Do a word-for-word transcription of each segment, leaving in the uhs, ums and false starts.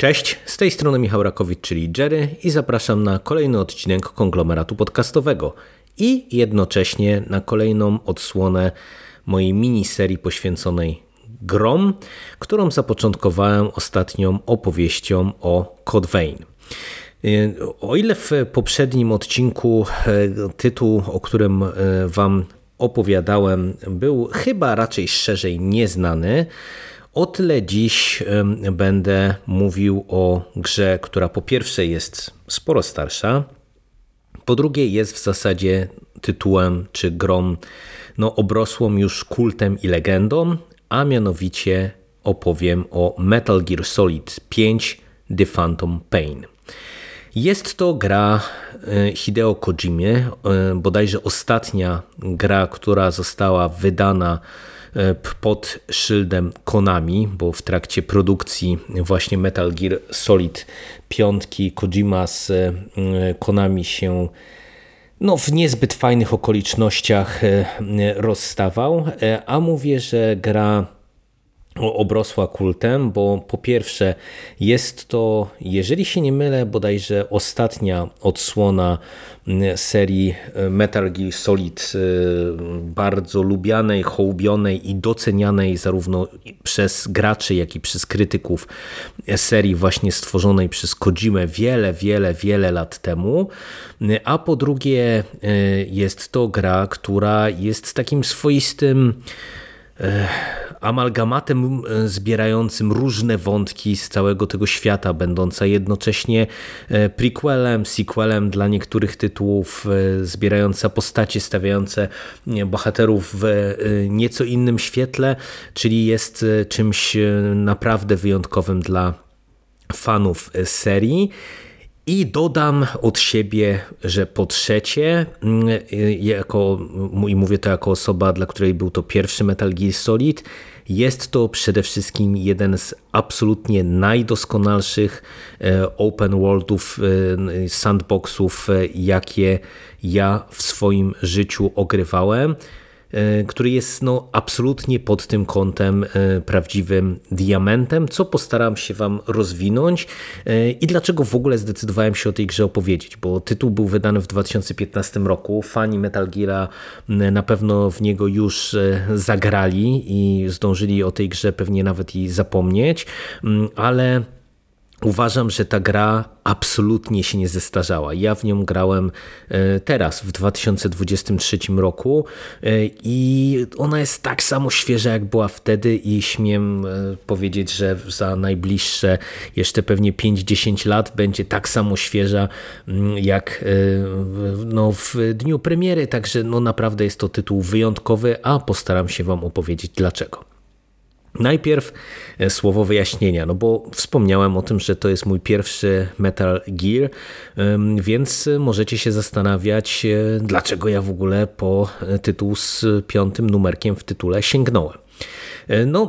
Cześć, z tej strony Michał Rakowicz, czyli Jerry i zapraszam na kolejny odcinek konglomeratu podcastowego i jednocześnie na kolejną odsłonę mojej miniserii poświęconej grom, którą zapoczątkowałem ostatnią opowieścią o Code Vein. O ile w poprzednim odcinku tytuł, o którym wam opowiadałem, był chyba raczej szerzej nieznany, o tyle dziś będę mówił o grze, która po pierwsze jest sporo starsza, po drugie jest w zasadzie tytułem czy grą no, obrosłą już kultem i legendą, a mianowicie opowiem o Metal Gear Solid pięć The Phantom Pain. Jest to gra Hideo Kojimy, bodajże ostatnia gra, która została wydana pod szyldem Konami, bo w trakcie produkcji właśnie Metal Gear Solid pięć Kojima z Konami się no, w niezbyt fajnych okolicznościach rozstawał, a mówię, że gra obrosła kultem, bo po pierwsze jest to, jeżeli się nie mylę, bodajże ostatnia odsłona serii Metal Gear Solid, bardzo lubianej, hołbionej i docenianej zarówno przez graczy, jak i przez krytyków serii właśnie stworzonej przez Kojimę wiele, wiele, wiele lat temu, a po drugie jest to gra, która jest takim swoistym amalgamatem zbierającym różne wątki z całego tego świata, będąca jednocześnie prequelem, sequelem dla niektórych tytułów, zbierająca postacie, stawiające bohaterów w nieco innym świetle, czyli jest czymś naprawdę wyjątkowym dla fanów serii. I dodam od siebie, że po trzecie, jako, i mówię to jako osoba, dla której był to pierwszy Metal Gear Solid, jest to przede wszystkim jeden z absolutnie najdoskonalszych open worldów, sandboxów, jakie ja w swoim życiu ogrywałem, który jest no, absolutnie pod tym kątem prawdziwym diamentem, co postaram się wam rozwinąć i dlaczego w ogóle zdecydowałem się o tej grze opowiedzieć, bo tytuł był wydany w dwa tysiące piętnastym roku, fani Metal Geara na pewno w niego już zagrali i zdążyli o tej grze pewnie nawet i zapomnieć, ale uważam, że ta gra absolutnie się nie zestarzała. Ja w nią grałem teraz, w dwa tysiące dwudziestym trzecim roku i ona jest tak samo świeża, jak była wtedy i śmiem powiedzieć, że za najbliższe jeszcze pewnie pięć dziesięć lat będzie tak samo świeża jak no, w dniu premiery, także no, naprawdę jest to tytuł wyjątkowy, a postaram się wam opowiedzieć dlaczego. Najpierw słowo wyjaśnienia, no bo wspomniałem o tym, że to jest mój pierwszy Metal Gear, więc możecie się zastanawiać, dlaczego ja w ogóle po tytuł z piątym numerkiem w tytule sięgnąłem. No,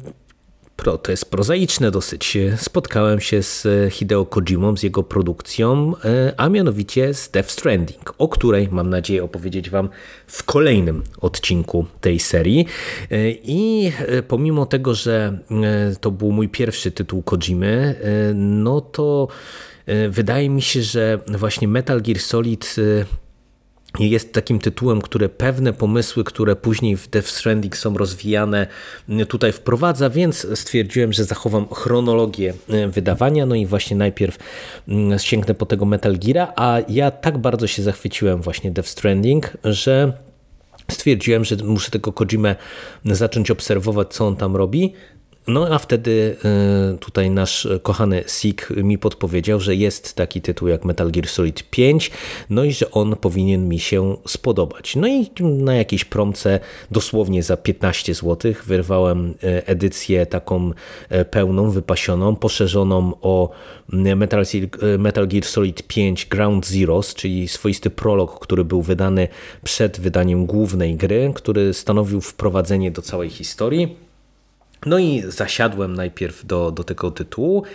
to jest prozaiczne dosyć. Spotkałem się z Hideo Kojimą, z jego produkcją, a mianowicie z Death Stranding, o której mam nadzieję opowiedzieć wam w kolejnym odcinku tej serii. I pomimo tego, że to był mój pierwszy tytuł Kojimy, no to wydaje mi się, że właśnie Metal Gear Solid jest takim tytułem, które pewne pomysły, które później w Death Stranding są rozwijane, tutaj wprowadza, więc stwierdziłem, że zachowam chronologię wydawania, no i właśnie najpierw sięgnę po tego Metal Geara, a ja tak bardzo się zachwyciłem właśnie Death Stranding, że stwierdziłem, że muszę tego Kojimę zacząć obserwować, co on tam robi. No a wtedy tutaj nasz kochany Sik mi podpowiedział, że jest taki tytuł jak Metal Gear Solid pięć, no i że on powinien mi się spodobać. No i na jakiejś promce dosłownie za piętnaście złotych wyrwałem edycję taką pełną, wypasioną, poszerzoną o Metal, Metal Gear Solid pięć Ground Zeroes, czyli swoisty prolog, który był wydany przed wydaniem głównej gry, który stanowił wprowadzenie do całej historii. No i zasiadłem najpierw do, do tego tytułu.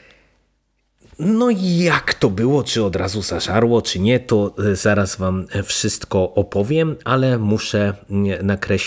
No i jak to było, czy od razu zażarło, czy nie, to zaraz wam wszystko opowiem, ale muszę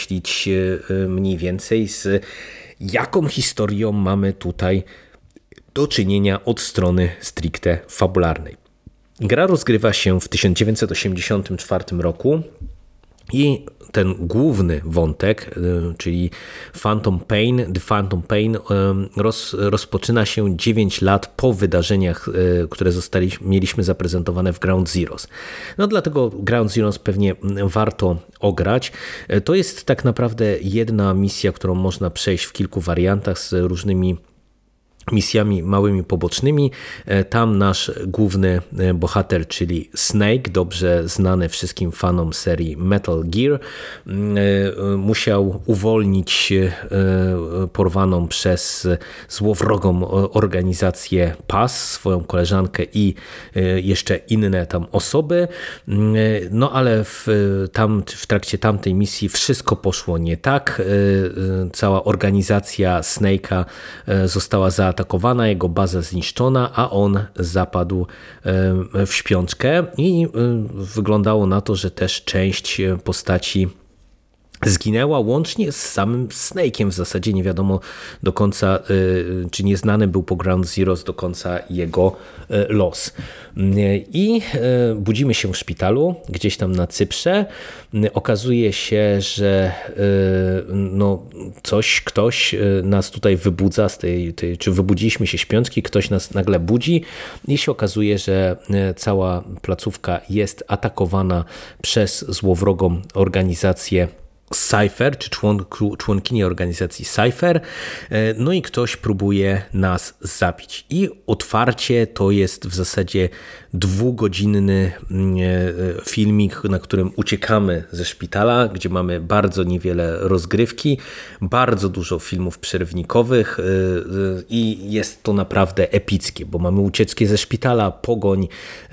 nakreślić mniej więcej, z jaką historią mamy tutaj do czynienia od strony stricte fabularnej. Gra rozgrywa się w tysiąc dziewięćset osiemdziesiątym czwartym roku i ten główny wątek, czyli Phantom Pain, The Phantom Pain roz, rozpoczyna się dziewięć lat po wydarzeniach, które zostali, mieliśmy zaprezentowane w Ground Zeroes. No dlatego Ground Zeroes pewnie warto ograć. To jest tak naprawdę jedna misja, którą można przejść w kilku wariantach z różnymi misjami małymi pobocznymi. Tam nasz główny bohater, czyli Snake, dobrze znany wszystkim fanom serii Metal Gear, musiał uwolnić porwaną przez złowrogą organizację P A S, swoją koleżankę i jeszcze inne tam osoby. No ale w, tam, w trakcie tamtej misji wszystko poszło nie tak. Cała organizacja Snake'a została zaatakowana, atakowana, jego baza zniszczona, a on zapadł w śpiączkę i wyglądało na to, że też część postaci zginęła, łącznie z samym Snake'iem. W zasadzie nie wiadomo do końca, czy nieznany był po Ground Zeroes do końca jego los. I budzimy się w szpitalu, gdzieś tam na Cyprze. Okazuje się, że no coś, ktoś nas tutaj wybudza z tej, tej, czy wybudziliśmy się śpiączki, ktoś nas nagle budzi i się okazuje, że cała placówka jest atakowana przez złowrogą organizację Cypher, czy człon, członkini organizacji Cypher, no i ktoś próbuje nas zabić. I otwarcie to jest w zasadzie dwugodzinny filmik, na którym uciekamy ze szpitala, gdzie mamy bardzo niewiele rozgrywki, bardzo dużo filmów przerywnikowych i jest to naprawdę epickie, bo mamy ucieczkę ze szpitala, pogoń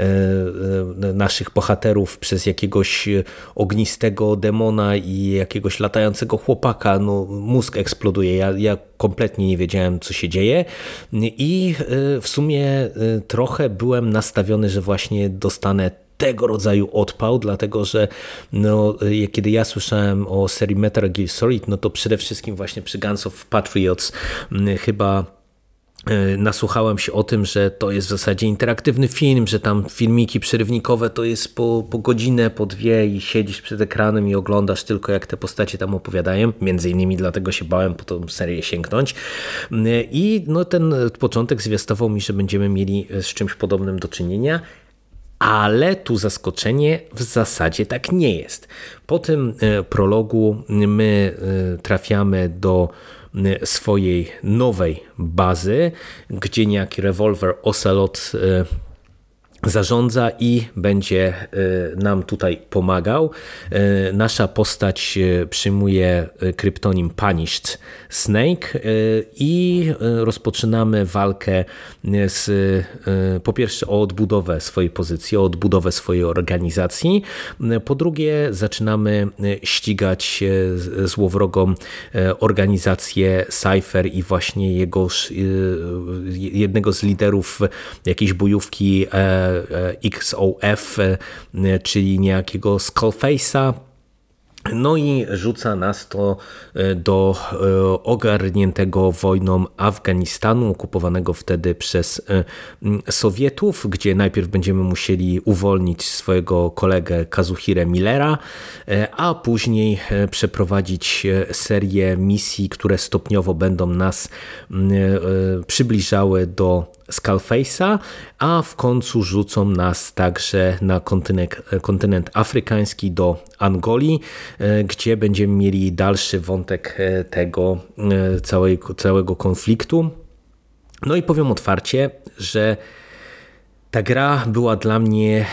naszych bohaterów przez jakiegoś ognistego demona i jakiegoś latającego chłopaka. No, mózg eksploduje. Ja, ja kompletnie nie wiedziałem, co się dzieje i w sumie trochę byłem nastawiony, że właśnie dostanę tego rodzaju odpał, dlatego że no, kiedy ja słyszałem o serii Metal Gear Solid, no to przede wszystkim właśnie przy Guns of Patriots chyba nasłuchałem się o tym, że to jest w zasadzie interaktywny film, że tam filmiki przerywnikowe to jest po, po godzinę, po dwie i siedzisz przed ekranem i oglądasz tylko, jak te postacie tam opowiadają. Między innymi dlatego się bałem po tą serię sięgnąć. I no, ten początek zwiastował mi, że będziemy mieli z czymś podobnym do czynienia. Ale tu zaskoczenie, w zasadzie tak nie jest. Po tym prologu my trafiamy do swojej nowej bazy, gdzie niejaki rewolwer Ocelot zarządza i będzie nam tutaj pomagał. Nasza postać przyjmuje kryptonim Punished Snake i rozpoczynamy walkę z, po pierwsze o odbudowę swojej pozycji, o odbudowę swojej organizacji. Po drugie zaczynamy ścigać złowrogą organizację Cypher i właśnie jego, jednego z liderów jakiejś bojówki X O F, czyli niejakiego Skullface'a. No i rzuca nas to do ogarniętego wojną Afganistanu, okupowanego wtedy przez Sowietów, gdzie najpierw będziemy musieli uwolnić swojego kolegę Kazuhirę Millera, a później przeprowadzić serię misji, które stopniowo będą nas przybliżały do Skullface'a, a w końcu rzucą nas także na kontynent, kontynent afrykański, do Angolii, gdzie będziemy mieli dalszy wątek tego całej, całego konfliktu. No i powiem otwarcie, że ta gra była dla mnie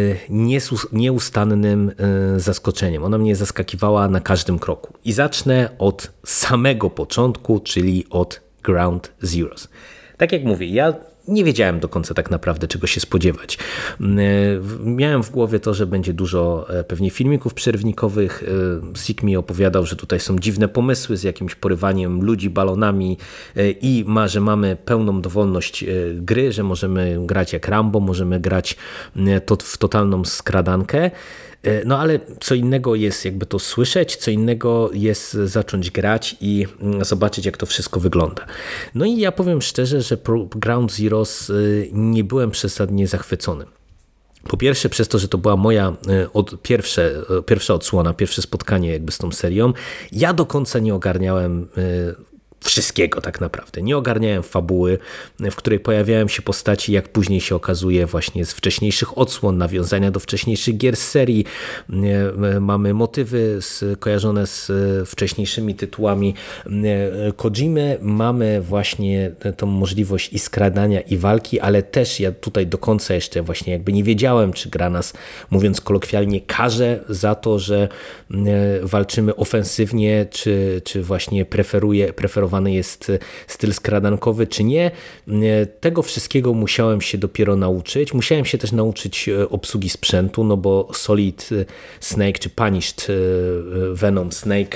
nieustannym zaskoczeniem. Ona mnie zaskakiwała na każdym kroku. I zacznę od samego początku, czyli od Ground Zeroes. Tak jak mówię, ja nie wiedziałem do końca tak naprawdę, czego się spodziewać. Miałem w głowie to, że będzie dużo pewnie filmików przerywnikowych. Sik mi opowiadał, że tutaj są dziwne pomysły z jakimś porywaniem ludzi balonami i ma, że mamy pełną dowolność gry, że możemy grać jak Rambo, możemy grać w totalną skradankę. No ale co innego jest jakby to słyszeć, co innego jest zacząć grać i zobaczyć, jak to wszystko wygląda. No i ja powiem szczerze, że Ground Zeroes nie byłem przesadnie zachwycony. Po pierwsze przez to, że to była moja od, pierwsze, pierwsza odsłona, pierwsze spotkanie jakby z tą serią. Ja do końca nie ogarniałem wszystkiego tak naprawdę. Nie ogarniałem fabuły, w której pojawiają się postaci, jak później się okazuje właśnie z wcześniejszych odsłon, nawiązania do wcześniejszych gier z serii. Mamy motywy kojarzone z wcześniejszymi tytułami Kojimy. Mamy właśnie tą możliwość i skradania, i walki, ale też ja tutaj do końca jeszcze właśnie jakby nie wiedziałem, czy gra nas, mówiąc kolokwialnie, karze za to, że walczymy ofensywnie, czy, czy właśnie preferuje, preferuje jest styl skradankowy, czy nie. Tego wszystkiego musiałem się dopiero nauczyć. Musiałem się też nauczyć obsługi sprzętu, no bo Solid Snake, czy Punished Venom Snake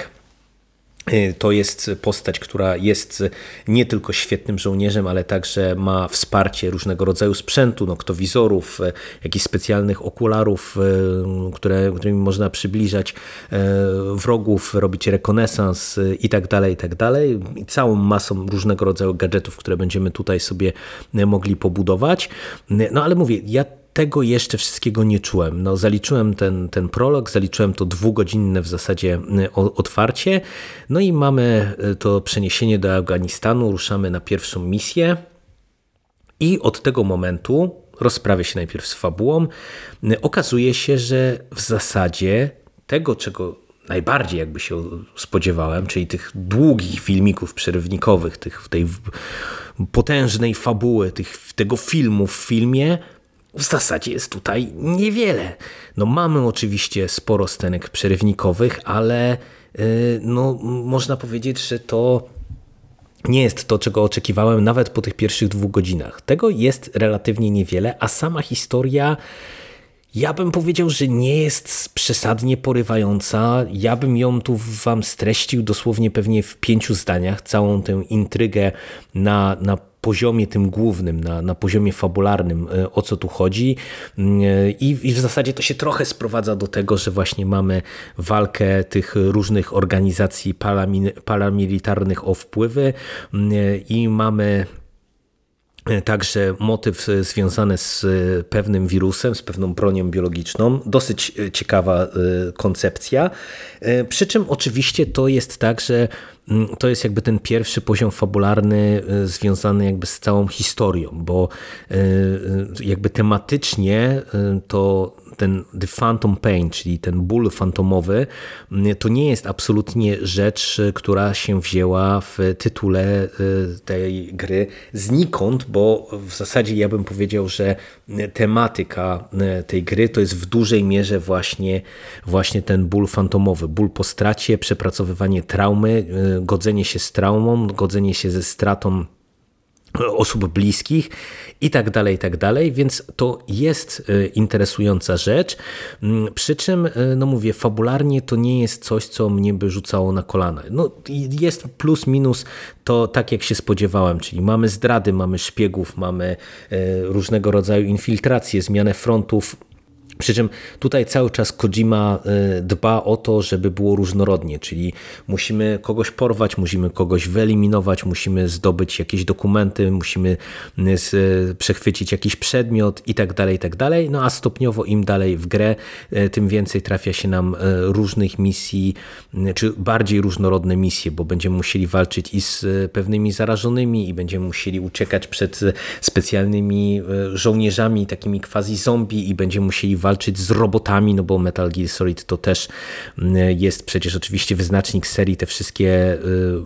to jest postać, która jest nie tylko świetnym żołnierzem, ale także ma wsparcie różnego rodzaju sprzętu, noktowizorów, jakichś specjalnych okularów, które, którymi można przybliżać wrogów, robić rekonesans i tak dalej, i tak dalej. I całą masą różnego rodzaju gadżetów, które będziemy tutaj sobie mogli pobudować. No ale mówię, ja tego jeszcze wszystkiego nie czułem. No, zaliczyłem ten, ten prolog, zaliczyłem to dwugodzinne w zasadzie otwarcie. No i mamy to przeniesienie do Afganistanu, ruszamy na pierwszą misję i od tego momentu rozprawię się najpierw z fabułą. Okazuje się, że w zasadzie tego, czego najbardziej jakby się spodziewałem, czyli tych długich filmików przerywnikowych, tych, tej potężnej fabuły, tych, tego filmu w filmie, w zasadzie jest tutaj niewiele. No mamy oczywiście sporo scenek przerywnikowych, ale yy, no, można powiedzieć, że to nie jest to, czego oczekiwałem nawet po tych pierwszych dwóch godzinach. Tego jest relatywnie niewiele, a sama historia, ja bym powiedział, że nie jest przesadnie porywająca. Ja bym ją tu wam streścił dosłownie pewnie w pięciu zdaniach, całą tę intrygę na, na poziomie tym głównym, na, na poziomie fabularnym, o co tu chodzi. I, I w zasadzie to się trochę sprowadza do tego, że właśnie mamy walkę tych różnych organizacji paramilitarnych o wpływy i mamy także motyw związany z pewnym wirusem, z pewną bronią biologiczną. Dosyć ciekawa koncepcja. Przy czym oczywiście to jest tak, że to jest jakby ten pierwszy poziom fabularny związany jakby z całą historią, bo jakby tematycznie to ten The Phantom Pain, czyli ten ból fantomowy, to nie jest absolutnie rzecz, która się wzięła w tytule tej gry znikąd, bo w zasadzie ja bym powiedział, że tematyka tej gry to jest w dużej mierze właśnie, właśnie ten ból fantomowy, ból po stracie, przepracowywanie traumy, godzenie się z traumą, godzenie się ze stratą osób bliskich i tak dalej, i tak dalej, więc to jest interesująca rzecz, przy czym, no mówię, fabularnie to nie jest coś, co mnie by rzucało na kolana. No jest plus minus to tak, jak się spodziewałem, czyli mamy zdrady, mamy szpiegów, mamy różnego rodzaju infiltracje, zmianę frontów. Przy czym tutaj cały czas Kojima dba o to, żeby było różnorodnie, czyli musimy kogoś porwać, musimy kogoś wyeliminować, musimy zdobyć jakieś dokumenty, musimy przechwycić jakiś przedmiot i tak dalej, i tak dalej. No a stopniowo im dalej w grę, tym więcej trafia się nam różnych misji, czy bardziej różnorodne misje, bo będziemy musieli walczyć i z pewnymi zarażonymi i będziemy musieli uciekać przed specjalnymi żołnierzami, takimi quasi zombie i będziemy musieli walczyć z robotami, no bo Metal Gear Solid to też jest przecież oczywiście wyznacznik serii, te wszystkie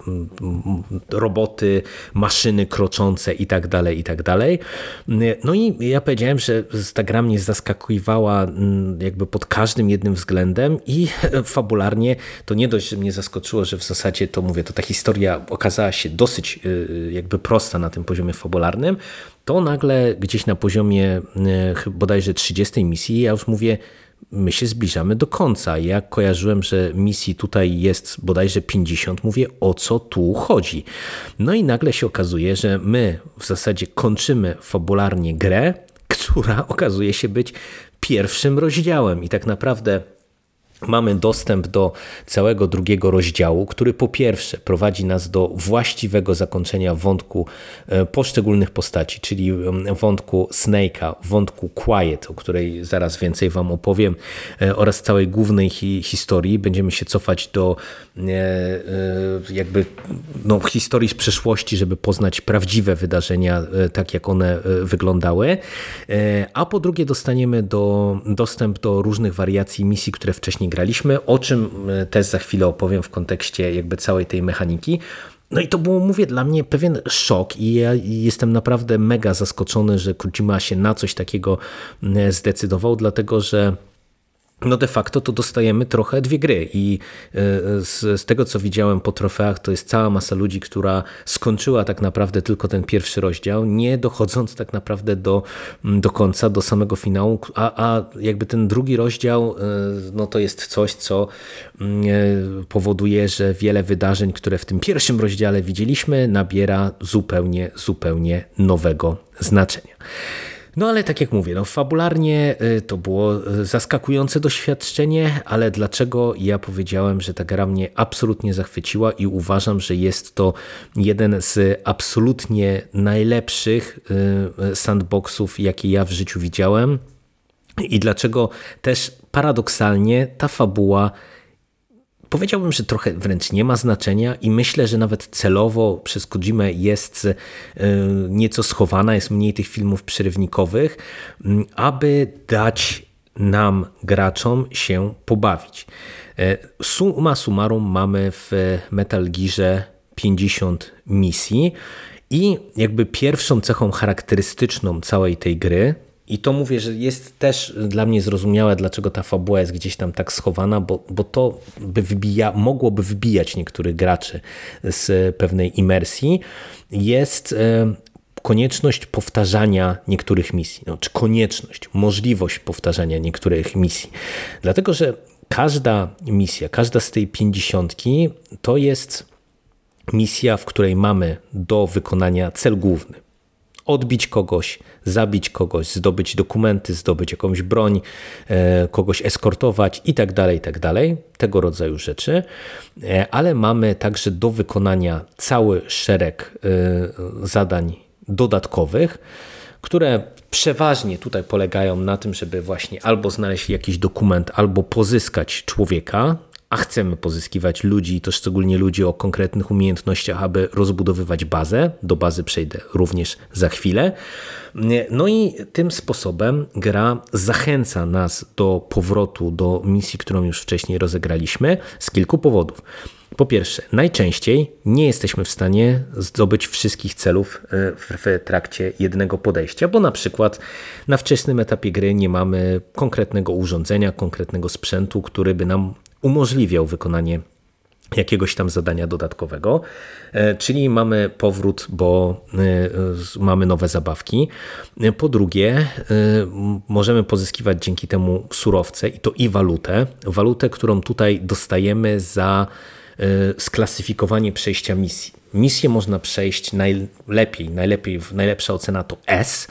roboty, maszyny kroczące i tak dalej, i tak dalej. No i ja powiedziałem, że ta gra mnie zaskakiwała jakby pod każdym jednym względem i fabularnie to nie dość, że mnie zaskoczyło, że w zasadzie to mówię, to ta historia okazała się dosyć jakby prosta na tym poziomie fabularnym, to nagle gdzieś na poziomie bodajże trzydziestej misji ja już mówię, my się zbliżamy do końca. Ja kojarzyłem, że misji tutaj jest bodajże pięćdziesiąt, mówię, o co tu chodzi. No i nagle się okazuje, że my w zasadzie kończymy fabularnie grę, która okazuje się być pierwszym rozdziałem i tak naprawdę mamy dostęp do całego drugiego rozdziału, który po pierwsze prowadzi nas do właściwego zakończenia wątku poszczególnych postaci, czyli wątku Snake'a, wątku Quiet, o której zaraz więcej wam opowiem, oraz całej głównej hi historii. Będziemy się cofać do jakby no, historii z przeszłości, żeby poznać prawdziwe wydarzenia, tak jak one wyglądały. A po drugie dostaniemy do, dostęp do różnych wariacji misji, które wcześniej graliśmy, o czym też za chwilę opowiem w kontekście jakby całej tej mechaniki. No i to było, mówię, dla mnie pewien szok i ja jestem naprawdę mega zaskoczony, że Kojima się na coś takiego zdecydował, dlatego że no de facto to dostajemy trochę dwie gry i z, z tego co widziałem po trofeach to jest cała masa ludzi, która skończyła tak naprawdę tylko ten pierwszy rozdział, nie dochodząc tak naprawdę do, do końca, do samego finału, a, a jakby ten drugi rozdział no to jest coś, co powoduje, że wiele wydarzeń, które w tym pierwszym rozdziale widzieliśmy, nabiera zupełnie, zupełnie nowego znaczenia. No ale tak jak mówię, no fabularnie to było zaskakujące doświadczenie, ale dlaczego ja powiedziałem, że ta gra mnie absolutnie zachwyciła i uważam, że jest to jeden z absolutnie najlepszych sandboxów, jakie ja w życiu widziałem i dlaczego też paradoksalnie ta fabuła, powiedziałbym, że trochę wręcz nie ma znaczenia i myślę, że nawet celowo przez Kojimę jest nieco schowana, jest mniej tych filmów przerywnikowych, aby dać nam, graczom, się pobawić. Summa summarum mamy w Metal Gearze pięćdziesiąt misji i jakby pierwszą cechą charakterystyczną całej tej gry, i to mówię, że jest też dla mnie zrozumiałe, dlaczego ta fabuła jest gdzieś tam tak schowana, bo, bo to by wybija, mogłoby wybijać niektórych graczy z pewnej imersji, jest konieczność powtarzania niektórych misji. No, czy konieczność, możliwość powtarzania niektórych misji. Dlatego, że każda misja, każda z tej pięćdziesiątki to jest misja, w której mamy do wykonania cel główny. Odbić kogoś, zabić kogoś, zdobyć dokumenty, zdobyć jakąś broń, kogoś eskortować i tak dalej, i tak dalej, tego rodzaju rzeczy, ale mamy także do wykonania cały szereg zadań dodatkowych, które przeważnie tutaj polegają na tym, żeby właśnie albo znaleźć jakiś dokument, albo pozyskać człowieka, a chcemy pozyskiwać ludzi, i to szczególnie ludzi o konkretnych umiejętnościach, aby rozbudowywać bazę. Do bazy przejdę również za chwilę. No i tym sposobem gra zachęca nas do powrotu do misji, którą już wcześniej rozegraliśmy z kilku powodów. Po pierwsze, najczęściej nie jesteśmy w stanie zdobyć wszystkich celów w trakcie jednego podejścia, bo na przykład na wczesnym etapie gry nie mamy konkretnego urządzenia, konkretnego sprzętu, który by nam umożliwiał wykonanie jakiegoś tam zadania dodatkowego, czyli mamy powrót, bo mamy nowe zabawki. Po drugie, możemy pozyskiwać dzięki temu surowce i to i walutę. Walutę, którą tutaj dostajemy za sklasyfikowanie przejścia misji. Misję można przejść najlepiej, najlepiej, najlepsza ocena to S,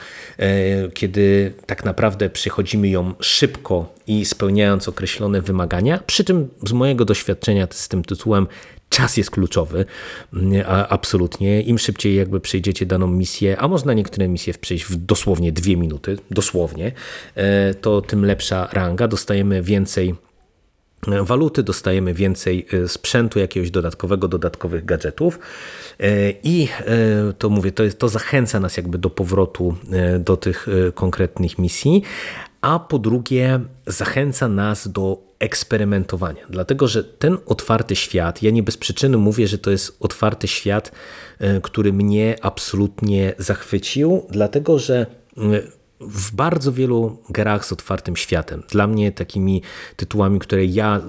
kiedy tak naprawdę przechodzimy ją szybko i spełniając określone wymagania, przy czym z mojego doświadczenia z tym tytułem czas jest kluczowy, absolutnie. Im szybciej jakby przejdziecie daną misję, a można niektóre misje przejść w dosłownie dwie minuty, dosłownie, to tym lepsza ranga, dostajemy więcej waluty, dostajemy więcej sprzętu jakiegoś dodatkowego, dodatkowych gadżetów i to mówię, to, jest, to zachęca nas jakby do powrotu do tych konkretnych misji, a po drugie zachęca nas do eksperymentowania, dlatego że ten otwarty świat, ja nie bez przyczyny mówię, że to jest otwarty świat, który mnie absolutnie zachwycił, dlatego że w bardzo wielu grach z otwartym światem, dla mnie takimi tytułami, które ja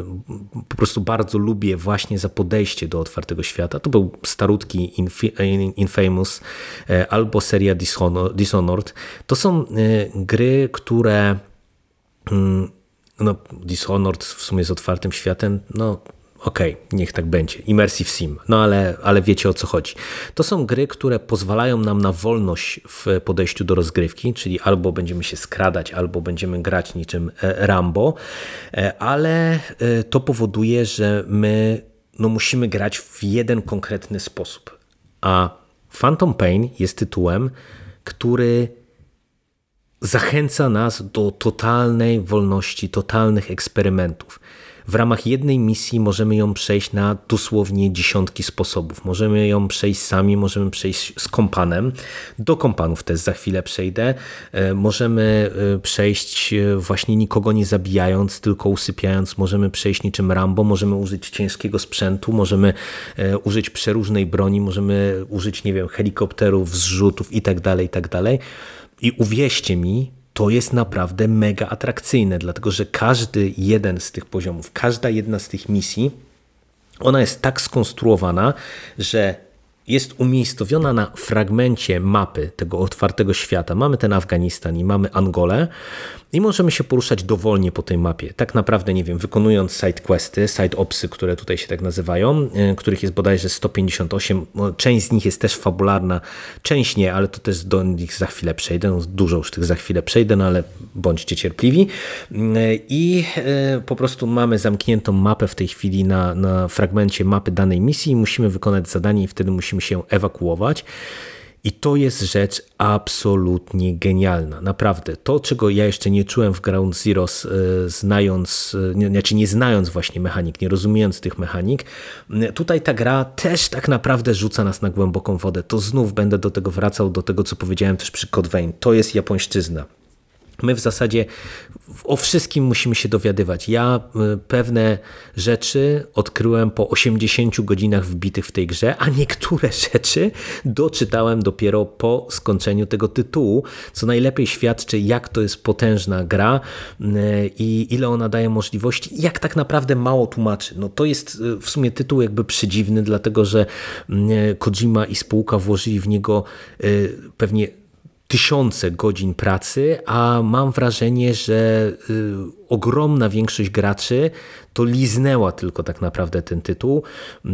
po prostu bardzo lubię właśnie za podejście do otwartego świata, to był starutki Infamous albo seria Dishonored. To są gry, które no, Dishonored w sumie z otwartym światem, no okej, okay, niech tak będzie. Immersive Sim, no ale, ale wiecie o co chodzi. To są gry, które pozwalają nam na wolność w podejściu do rozgrywki, czyli albo będziemy się skradać, albo będziemy grać niczym Rambo, ale to powoduje, że my no, musimy grać w jeden konkretny sposób. A Phantom Pain jest tytułem, który zachęca nas do totalnej wolności, totalnych eksperymentów. W ramach jednej misji możemy ją przejść na dosłownie dziesiątki sposobów. Możemy ją przejść sami, możemy przejść z kompanem. Do kompanów też za chwilę przejdę. Możemy przejść właśnie nikogo nie zabijając, tylko usypiając. Możemy przejść niczym Rambo, możemy użyć ciężkiego sprzętu, możemy użyć przeróżnej broni, możemy użyć, nie wiem, helikopterów, zrzutów i tak dalej, i tak dalej. I uwierzcie mi, to jest naprawdę mega atrakcyjne, dlatego że każdy jeden z tych poziomów, każda jedna z tych misji, ona jest tak skonstruowana, że jest umiejscowiona na fragmencie mapy tego otwartego świata. Mamy ten Afganistan i mamy Angolę i możemy się poruszać dowolnie po tej mapie. Tak naprawdę, nie wiem, wykonując side questy, side opsy, które tutaj się tak nazywają, których jest bodajże sto pięćdziesiąt osiem. Część z nich jest też fabularna, część nie, ale to też do nich za chwilę przejdę. No, dużo już tych za chwilę przejdę, no ale bądźcie cierpliwi. I po prostu mamy zamkniętą mapę w tej chwili na, na fragmencie mapy danej misji i musimy wykonać zadanie i wtedy musimy się ewakuować. I to jest rzecz absolutnie genialna. Naprawdę. To, czego ja jeszcze nie czułem w Ground Zeroes, znając, znaczy nie znając właśnie mechanik, nie rozumiejąc tych mechanik, tutaj ta gra też tak naprawdę rzuca nas na głęboką wodę. To znów będę do tego wracał, do tego, co powiedziałem też przy Code Vein. To jest japońszczyzna. My w zasadzie o wszystkim musimy się dowiadywać. Ja pewne rzeczy odkryłem po osiemdziesięciu godzinach wbitych w tej grze, a niektóre rzeczy doczytałem dopiero po skończeniu tego tytułu, co najlepiej świadczy, jak to jest potężna gra i ile ona daje możliwości, jak tak naprawdę mało tłumaczy. No to jest w sumie tytuł jakby przedziwny, dlatego że Kojima i spółka włożyli w niego pewnie tysiące godzin pracy, a mam wrażenie, że y, ogromna większość graczy to liznęła tylko tak naprawdę ten tytuł. Y,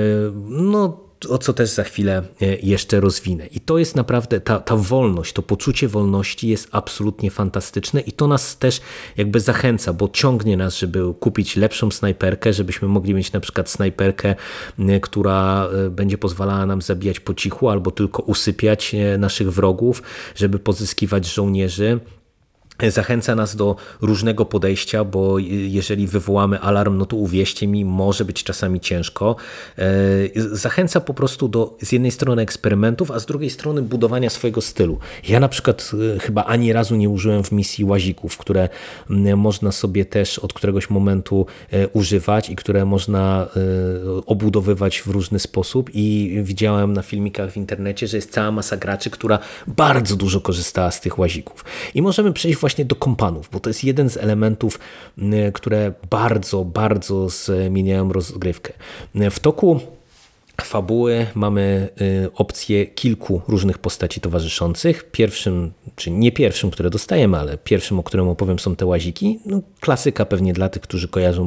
no o co też za chwilę jeszcze rozwinę. I to jest naprawdę, ta, ta wolność, to poczucie wolności jest absolutnie fantastyczne i to nas też jakby zachęca, bo ciągnie nas, żeby kupić lepszą snajperkę, żebyśmy mogli mieć na przykład snajperkę, która będzie pozwalała nam zabijać po cichu albo tylko usypiać naszych wrogów, żeby pozyskiwać żołnierzy. Zachęca nas do różnego podejścia, bo jeżeli wywołamy alarm, no to uwierzcie mi, może być czasami ciężko. Zachęca po prostu do z jednej strony eksperymentów, a z drugiej strony budowania swojego stylu. Ja na przykład chyba ani razu nie użyłem w misji łazików, które można sobie też od któregoś momentu używać i które można obudowywać w różny sposób i widziałem na filmikach w internecie, że jest cała masa graczy, która bardzo dużo korzystała z tych łazików. I możemy przejść właśnie do kompanów, bo to jest jeden z elementów, które bardzo, bardzo zmieniają rozgrywkę. W toku fabuły mamy opcję kilku różnych postaci towarzyszących. Pierwszym, czy nie pierwszym, które dostajemy, ale pierwszym, o którym opowiem, są te łaziki. No, klasyka pewnie dla tych, którzy kojarzą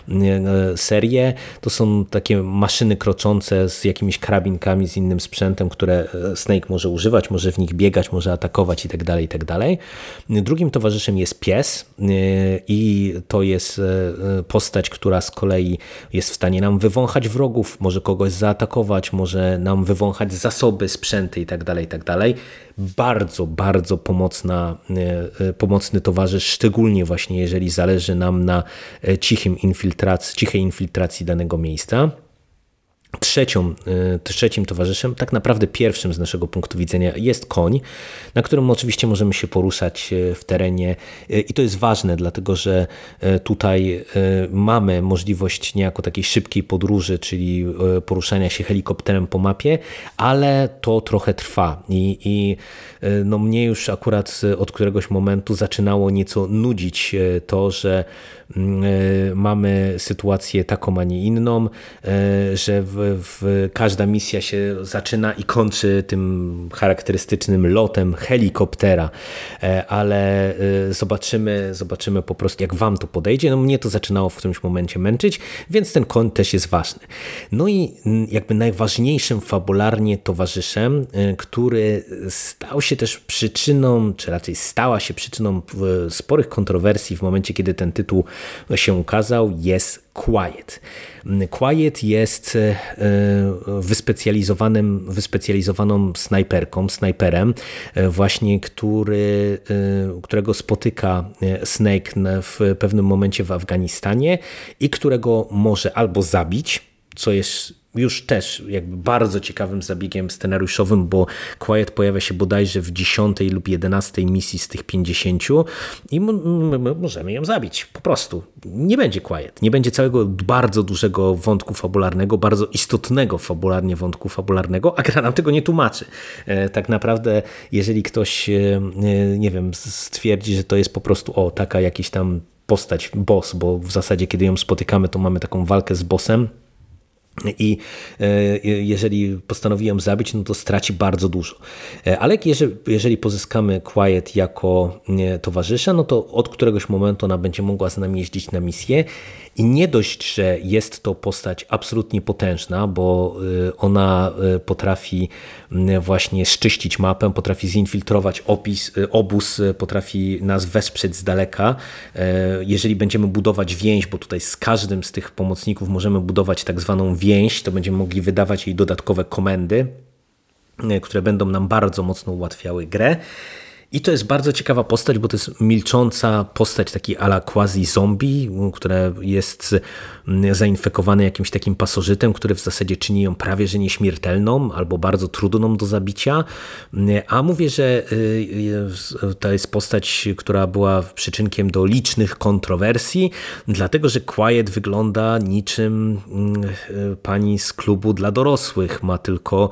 serię. To są takie maszyny kroczące z jakimiś karabinkami, z innym sprzętem, które Snake może używać, może w nich biegać, może atakować i tak dalej, i tak dalej. Drugim towarzyszem jest pies i to jest postać, która z kolei jest w stanie nam wywąchać wrogów, może kogoś zaatakować, może nam wywąchać zasoby, sprzęty i tak dalej, i tak dalej. Bardzo, bardzo pomocna, pomocny towarzysz, szczególnie właśnie jeżeli zależy nam na cichym infiltracji, cichej infiltracji danego miejsca. Trzecią, trzecim towarzyszem, tak naprawdę pierwszym z naszego punktu widzenia, jest koń, na którym oczywiście możemy się poruszać w terenie i to jest ważne, dlatego że tutaj mamy możliwość niejako takiej szybkiej podróży, czyli poruszania się helikopterem po mapie, ale to trochę trwa i, i no mnie już akurat od któregoś momentu zaczynało nieco nudzić to, że mamy sytuację taką, a nie inną, że w w, w, każda misja się zaczyna i kończy tym charakterystycznym lotem helikoptera, ale zobaczymy, zobaczymy po prostu, jak wam to podejdzie. No mnie to zaczynało w którymś momencie męczyć, więc ten koń też jest ważny. No i jakby najważniejszym fabularnie towarzyszem, który stał się też przyczyną, czy raczej stała się przyczyną sporych kontrowersji w momencie, kiedy ten tytuł się ukazał, jest Quiet. Quiet jest wyspecjalizowanym, wyspecjalizowaną snajperką, snajperem właśnie, który, którego spotyka Snake w pewnym momencie w Afganistanie i którego może albo zabić, co jest już też jakby bardzo ciekawym zabiegiem scenariuszowym, bo Quiet pojawia się bodajże w dziesiątej lub jedenastej misji z tych pięćdziesięciu i możemy ją zabić. Po prostu. Nie będzie Quiet. Nie będzie całego bardzo dużego wątku fabularnego, bardzo istotnego fabularnie wątku fabularnego, a gra nam tego nie tłumaczy. Tak naprawdę, jeżeli ktoś, nie wiem, stwierdzi, że to jest po prostu o, taka jakiś tam postać, boss, bo w zasadzie kiedy ją spotykamy, to mamy taką walkę z bossem, i jeżeli postanowi ją zabić, no to straci bardzo dużo. Ale jeżeli pozyskamy Quiet jako towarzysza, no to od któregoś momentu ona będzie mogła z nami jeździć na misję i nie dość, że jest to postać absolutnie potężna, bo ona potrafi właśnie szczyścić mapę, potrafi zinfiltrować opis, obóz, potrafi nas wesprzeć z daleka. Jeżeli będziemy budować więź, bo tutaj z każdym z tych pomocników możemy budować tak zwaną więź, to będziemy mogli wydawać jej dodatkowe komendy, które będą nam bardzo mocno ułatwiały grę. I to jest bardzo ciekawa postać, bo to jest milcząca postać, taki a la quasi zombie, która jest zainfekowana jakimś takim pasożytem, który w zasadzie czyni ją prawie że nieśmiertelną albo bardzo trudną do zabicia. A mówię, że to jest postać, która była przyczynkiem do licznych kontrowersji, dlatego że Quiet wygląda niczym pani z klubu dla dorosłych. Ma tylko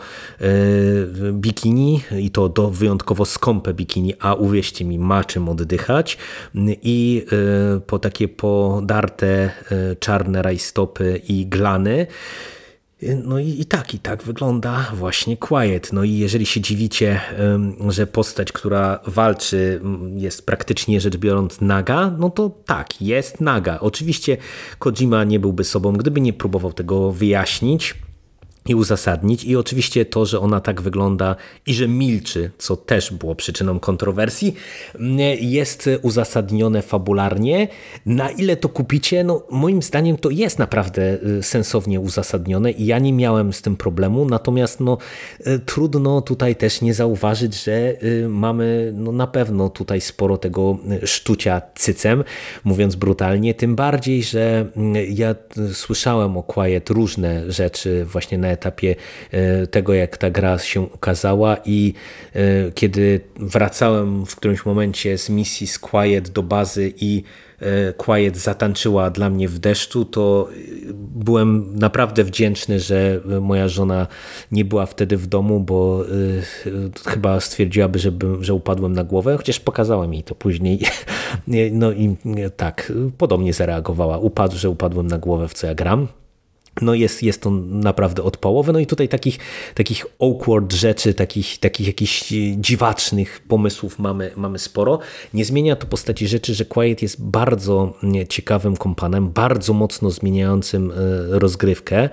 bikini i to do wyjątkowo skąpe bikini, a uwierzcie mi, ma czym oddychać i po takie podarte czarne rajstopy i glany. No i, i tak, i tak wygląda właśnie Quiet. No i jeżeli się dziwicie, że postać, która walczy, jest praktycznie rzecz biorąc naga, no to tak, jest naga. Oczywiście Kojima nie byłby sobą, gdyby nie próbował tego wyjaśnić i uzasadnić. I oczywiście to, że ona tak wygląda i że milczy, co też było przyczyną kontrowersji, jest uzasadnione fabularnie. Na ile to kupicie? No moim zdaniem to jest naprawdę sensownie uzasadnione i ja nie miałem z tym problemu, natomiast no trudno tutaj też nie zauważyć, że mamy no na pewno tutaj sporo tego szczucia cycem, mówiąc brutalnie, tym bardziej, że ja słyszałem o Quiet różne rzeczy właśnie na etapie tego, jak ta gra się ukazała i kiedy wracałem w którymś momencie z misji z Quiet do bazy i Quiet zatańczyła dla mnie w deszczu, to byłem naprawdę wdzięczny, że moja żona nie była wtedy w domu, bo chyba stwierdziłaby, że, że upadłem na głowę, chociaż pokazałem jej to później. No i tak, podobnie zareagowała. Upadł, że upadłem na głowę, w co ja gram. No jest, jest to naprawdę od połowy. No i tutaj takich, takich awkward rzeczy, takich, takich jakichś dziwacznych pomysłów mamy, mamy sporo. Nie zmienia to postaci rzeczy, że Quiet jest bardzo ciekawym kompanem, bardzo mocno zmieniającym rozgrywkę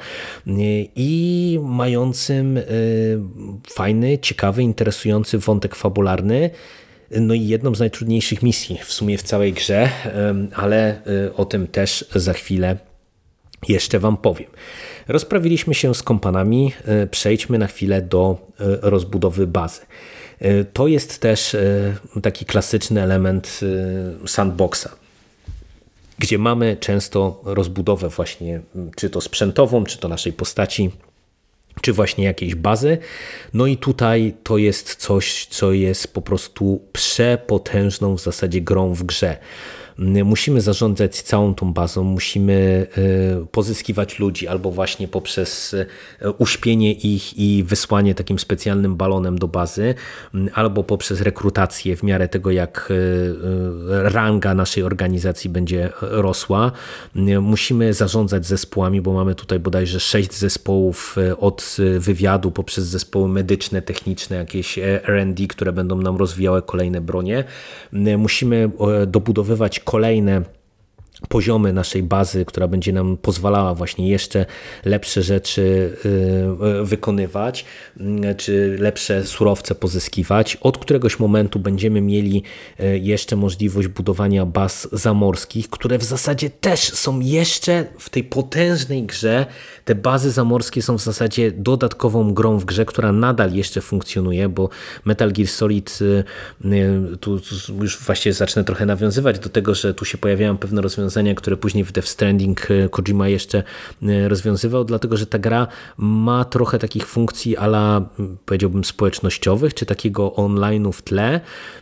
i mającym fajny, ciekawy, interesujący wątek fabularny. No i jedną z najtrudniejszych misji w sumie w całej grze, ale o tym też za chwilę jeszcze wam powiem. Rozprawiliśmy się z kompanami, przejdźmy na chwilę do rozbudowy bazy. To jest też taki klasyczny element sandboxa, gdzie mamy często rozbudowę właśnie czy to sprzętową, czy to naszej postaci, czy właśnie jakiejś bazy. No i tutaj to jest coś, co jest po prostu przepotężną w zasadzie grą w grze. musimy zarządzać całą tą bazą, musimy pozyskiwać ludzi albo właśnie poprzez uśpienie ich i wysłanie takim specjalnym balonem do bazy, albo poprzez rekrutację w miarę tego, jak ranga naszej organizacji będzie rosła. Musimy zarządzać zespołami, bo mamy tutaj bodajże sześć zespołów od wywiadu poprzez zespoły medyczne, techniczne, jakieś R and D, które będą nam rozwijały kolejne bronie. Musimy dobudowywać kolejne poziomy naszej bazy, która będzie nam pozwalała właśnie jeszcze lepsze rzeczy wykonywać, czy lepsze surowce pozyskiwać. Od któregoś momentu będziemy mieli jeszcze możliwość budowania baz zamorskich, które w zasadzie też są jeszcze w tej potężnej grze. Te bazy zamorskie są w zasadzie dodatkową grą w grze, która nadal jeszcze funkcjonuje, bo Metal Gear Solid, tu już właśnie zacznę trochę nawiązywać do tego, że tu się pojawiają pewne rozwiązania, które później w Death Stranding Kojima jeszcze rozwiązywał, dlatego że ta gra ma trochę takich funkcji a la, powiedziałbym, społecznościowych, czy takiego online'u w tle,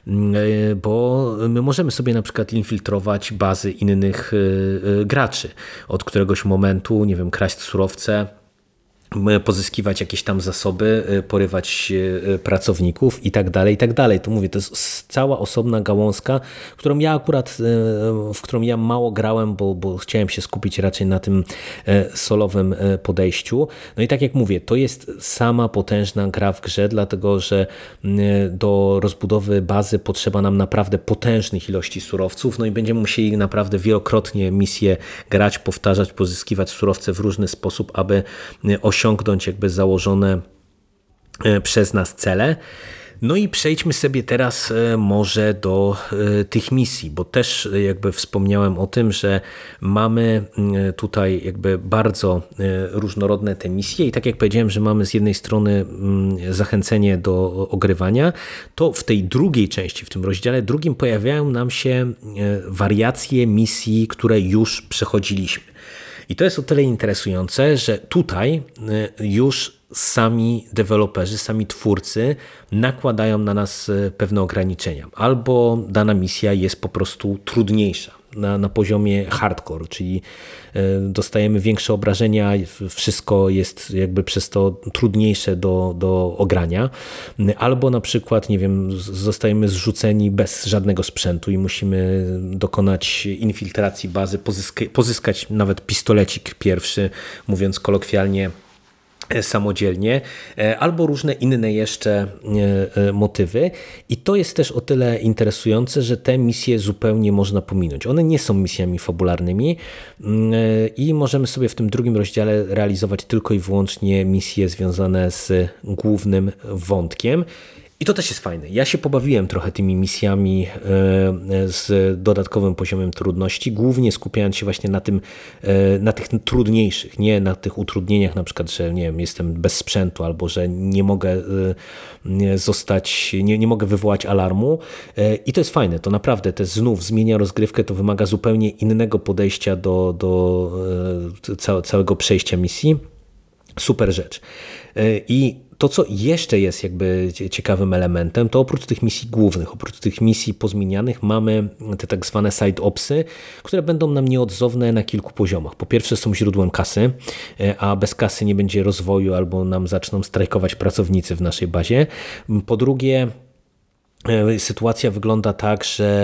bo my możemy sobie na przykład infiltrować bazy innych graczy. Od któregoś momentu, nie wiem, kraść surowce, pozyskiwać jakieś tam zasoby, porywać pracowników i tak dalej, i tak dalej. To mówię, to jest cała osobna gałązka, którą ja akurat, w którą ja mało grałem, bo, bo chciałem się skupić raczej na tym solowym podejściu. No i tak jak mówię, to jest sama potężna gra w grze, dlatego że do rozbudowy bazy potrzeba nam naprawdę potężnych ilości surowców, no i będziemy musieli naprawdę wielokrotnie misje grać, powtarzać, pozyskiwać surowce w różny sposób, aby osiągnąć osiągnąć jakby założone przez nas cele. No i przejdźmy sobie teraz może do tych misji, bo też jakby wspomniałem o tym, że mamy tutaj jakby bardzo różnorodne te misje i tak jak powiedziałem, że mamy z jednej strony zachęcenie do ogrywania, to w tej drugiej części, w tym rozdziale drugim pojawiają nam się wariacje misji, które już przechodziliśmy. I to jest o tyle interesujące, że tutaj już sami deweloperzy, sami twórcy nakładają na nas pewne ograniczenia. Albo dana misja jest po prostu trudniejsza na, na poziomie hardcore, czyli dostajemy większe obrażenia, wszystko jest jakby przez to trudniejsze do, do ogrania. Albo na przykład, nie wiem, zostajemy zrzuceni bez żadnego sprzętu i musimy dokonać infiltracji bazy, pozyska- pozyskać nawet pistolecik pierwszy, mówiąc kolokwialnie, samodzielnie, albo różne inne jeszcze motywy. I to jest też o tyle interesujące, że te misje zupełnie można pominąć. One nie są misjami fabularnymi i możemy sobie w tym drugim rozdziale realizować tylko i wyłącznie misje związane z głównym wątkiem. I to też jest fajne. Ja się pobawiłem trochę tymi misjami z dodatkowym poziomem trudności, głównie skupiając się właśnie na tym, na tych trudniejszych, nie na tych utrudnieniach, na przykład, że nie wiem, jestem bez sprzętu albo że nie mogę zostać, nie, nie mogę wywołać alarmu. I to jest fajne, to naprawdę, to znów zmienia rozgrywkę, to wymaga zupełnie innego podejścia do, do całego przejścia misji. Super rzecz. I to, co jeszcze jest jakby ciekawym elementem, to oprócz tych misji głównych, oprócz tych misji pozmienianych mamy te tak zwane side opsy, które będą nam nieodzowne na kilku poziomach. Po pierwsze są źródłem kasy, a bez kasy nie będzie rozwoju albo nam zaczną strajkować pracownicy w naszej bazie. Po drugie, sytuacja wygląda tak, że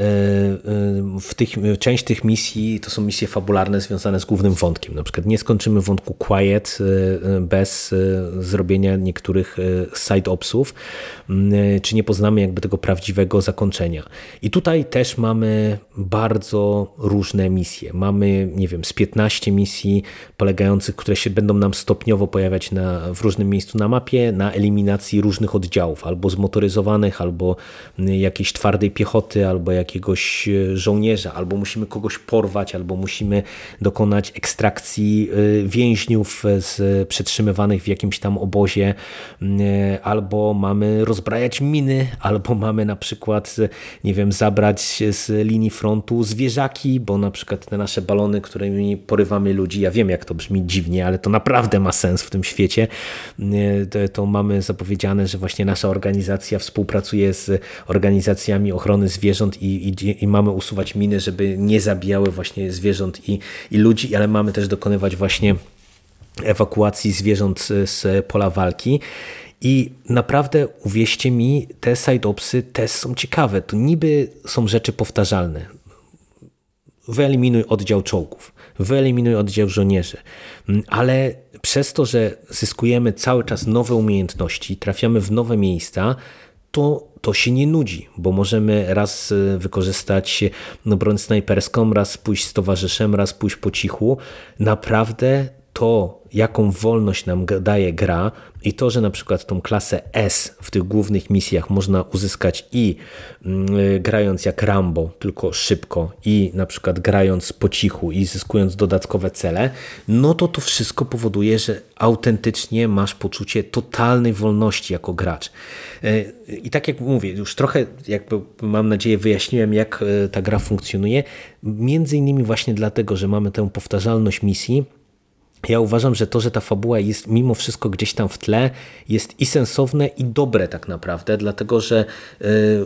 w tych, część tych misji to są misje fabularne związane z głównym wątkiem. Na przykład nie skończymy wątku Quiet bez zrobienia niektórych side opsów, czy nie poznamy jakby tego prawdziwego zakończenia. I tutaj też mamy bardzo różne misje. Mamy, nie wiem, z piętnaście misji polegających, które się będą nam stopniowo pojawiać na, w różnym miejscu na mapie, na eliminacji różnych oddziałów, albo zmotoryzowanych, albo jakiejś twardej piechoty, albo jakiegoś żołnierza, albo musimy kogoś porwać, albo musimy dokonać ekstrakcji więźniów z przetrzymywanych w jakimś tam obozie, albo mamy rozbrajać miny, albo mamy na przykład, nie wiem, zabrać z linii frontu zwierzaki, bo na przykład te nasze balony, którymi porywamy ludzi, ja wiem, jak to brzmi dziwnie, ale to naprawdę ma sens w tym świecie, to, to mamy zapowiedziane, że właśnie nasza organizacja współpracuje misje z organizacjami ochrony zwierząt i, i, i mamy usuwać miny, żeby nie zabijały właśnie zwierząt i, i ludzi, ale mamy też dokonywać właśnie ewakuacji zwierząt z pola walki. I naprawdę, uwierzcie mi, te side-opsy też są ciekawe. To niby są rzeczy powtarzalne. Wyeliminuj oddział czołgów, wyeliminuj oddział żołnierzy, ale przez to, że zyskujemy cały czas nowe umiejętności, trafiamy w nowe miejsca, to, to się nie nudzi, bo możemy raz wykorzystać no, broń snajperską, raz pójść z towarzyszem, raz pójść po cichu. Naprawdę to, jaką wolność nam daje gra i to, że na przykład tą klasę S w tych głównych misjach można uzyskać i y, grając jak Rambo, tylko szybko i na przykład grając po cichu i zyskując dodatkowe cele, no to to wszystko powoduje, że autentycznie masz poczucie totalnej wolności jako gracz. Y, I tak jak mówię, już trochę jakby mam nadzieję wyjaśniłem, jak y, ta gra funkcjonuje, między innymi właśnie dlatego, że mamy tę powtarzalność misji. Ja uważam, że to, że ta fabuła jest mimo wszystko gdzieś tam w tle, jest i sensowne, i dobre tak naprawdę, dlatego że y,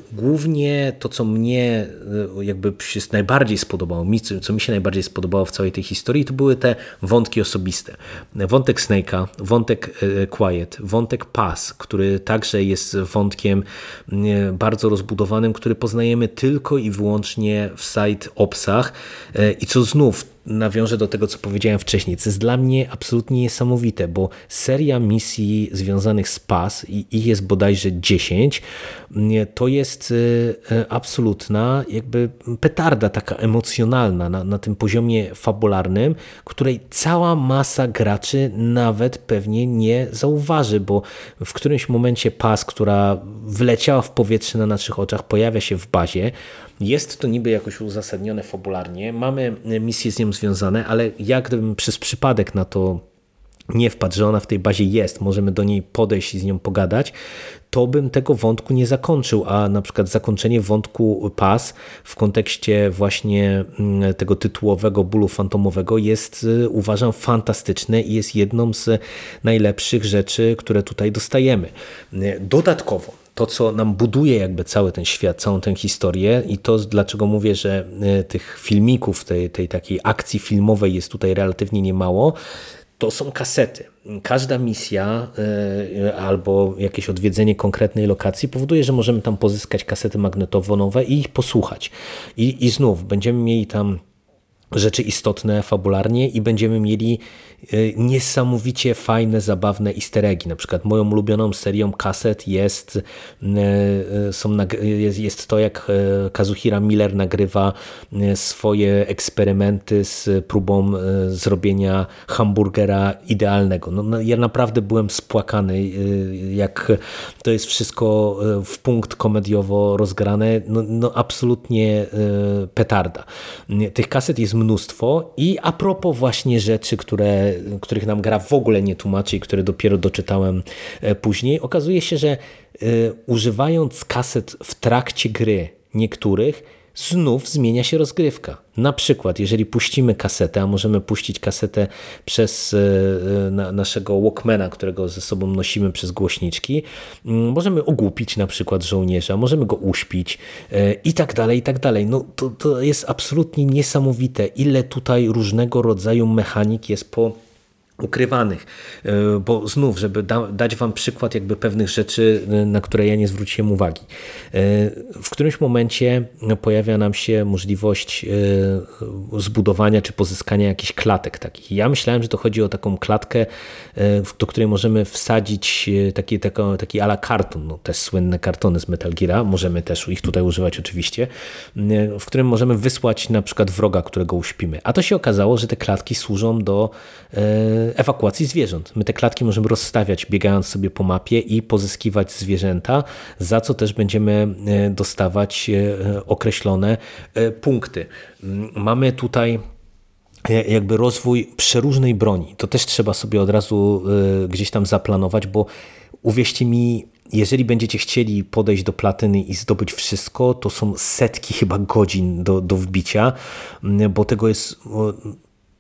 głównie to, co mnie y, jakby się najbardziej spodobało, mi, co mi się najbardziej spodobało w całej tej historii, to były te wątki osobiste. Wątek Snake'a, wątek y, Quiet, wątek Paz, który także jest wątkiem y, bardzo rozbudowanym, który poznajemy tylko i wyłącznie w side opsach y, i co znów nawiążę do tego, co powiedziałem wcześniej, co jest dla mnie absolutnie niesamowite, bo seria misji związanych z Paz, i ich jest bodajże dziesięć, to jest absolutna jakby petarda taka emocjonalna na, na tym poziomie fabularnym, której cała masa graczy nawet pewnie nie zauważy, bo w którymś momencie Paz, która wleciała w powietrze na naszych oczach, pojawia się w bazie. Jest to niby jakoś uzasadnione fabularnie, mamy misje z nią związane, ale jak gdybym przez przypadek na to nie wpadł, że ona w tej bazie jest, możemy do niej podejść i z nią pogadać, to bym tego wątku nie zakończył, a na przykład zakończenie wątku Paz w kontekście właśnie tego tytułowego bólu fantomowego jest, uważam, fantastyczne i jest jedną z najlepszych rzeczy, które tutaj dostajemy. Dodatkowo to, co nam buduje jakby cały ten świat, całą tę historię i to, dlaczego mówię, że tych filmików, tej, tej takiej akcji filmowej jest tutaj relatywnie niemało, to są kasety. Każda misja y, albo jakieś odwiedzenie konkretnej lokacji powoduje, że możemy tam pozyskać kasety magnetofonowe i ich posłuchać. I, i znów będziemy mieli tam rzeczy istotne fabularnie i będziemy mieli niesamowicie fajne, zabawne easter eggi. Na przykład moją ulubioną serią kaset jest, są, jest to, jak Kazuhira Miller nagrywa swoje eksperymenty z próbą zrobienia hamburgera idealnego. No, ja naprawdę byłem spłakany, jak to jest wszystko w punkt komediowo rozgrane. No, no absolutnie petarda. Tych kaset jest mnóstwo i a propos właśnie rzeczy, które, których nam gra w ogóle nie tłumaczy i które dopiero doczytałem później, okazuje się, że y, używając kaset w trakcie gry niektórych, znów zmienia się rozgrywka. Na przykład, jeżeli puścimy kasetę, a możemy puścić kasetę przez na, naszego Walkmana, którego ze sobą nosimy przez głośniczki, możemy ogłupić na przykład żołnierza, możemy go uśpić i tak dalej, i tak dalej. No, to, to jest absolutnie niesamowite, ile tutaj różnego rodzaju mechanik jest po ukrywanych, bo znów, żeby da, dać wam przykład jakby pewnych rzeczy, na które ja nie zwróciłem uwagi. W którymś momencie pojawia nam się możliwość zbudowania czy pozyskania jakichś klatek takich. Ja myślałem, że to chodzi o taką klatkę, do której możemy wsadzić taki, taki, taki a la karton, no też słynne kartony z Metal Geara, możemy też ich tutaj używać oczywiście, w którym możemy wysłać na przykład wroga, którego uśpimy. A to się okazało, że te klatki służą do ewakuacji zwierząt. My te klatki możemy rozstawiać, biegając sobie po mapie i pozyskiwać zwierzęta, za co też będziemy dostawać określone punkty. Mamy tutaj jakby rozwój przeróżnej broni. To też trzeba sobie od razu gdzieś tam zaplanować, bo uwierzcie mi, jeżeli będziecie chcieli podejść do platyny i zdobyć wszystko, to są setki chyba godzin do, do wbicia, bo tego jest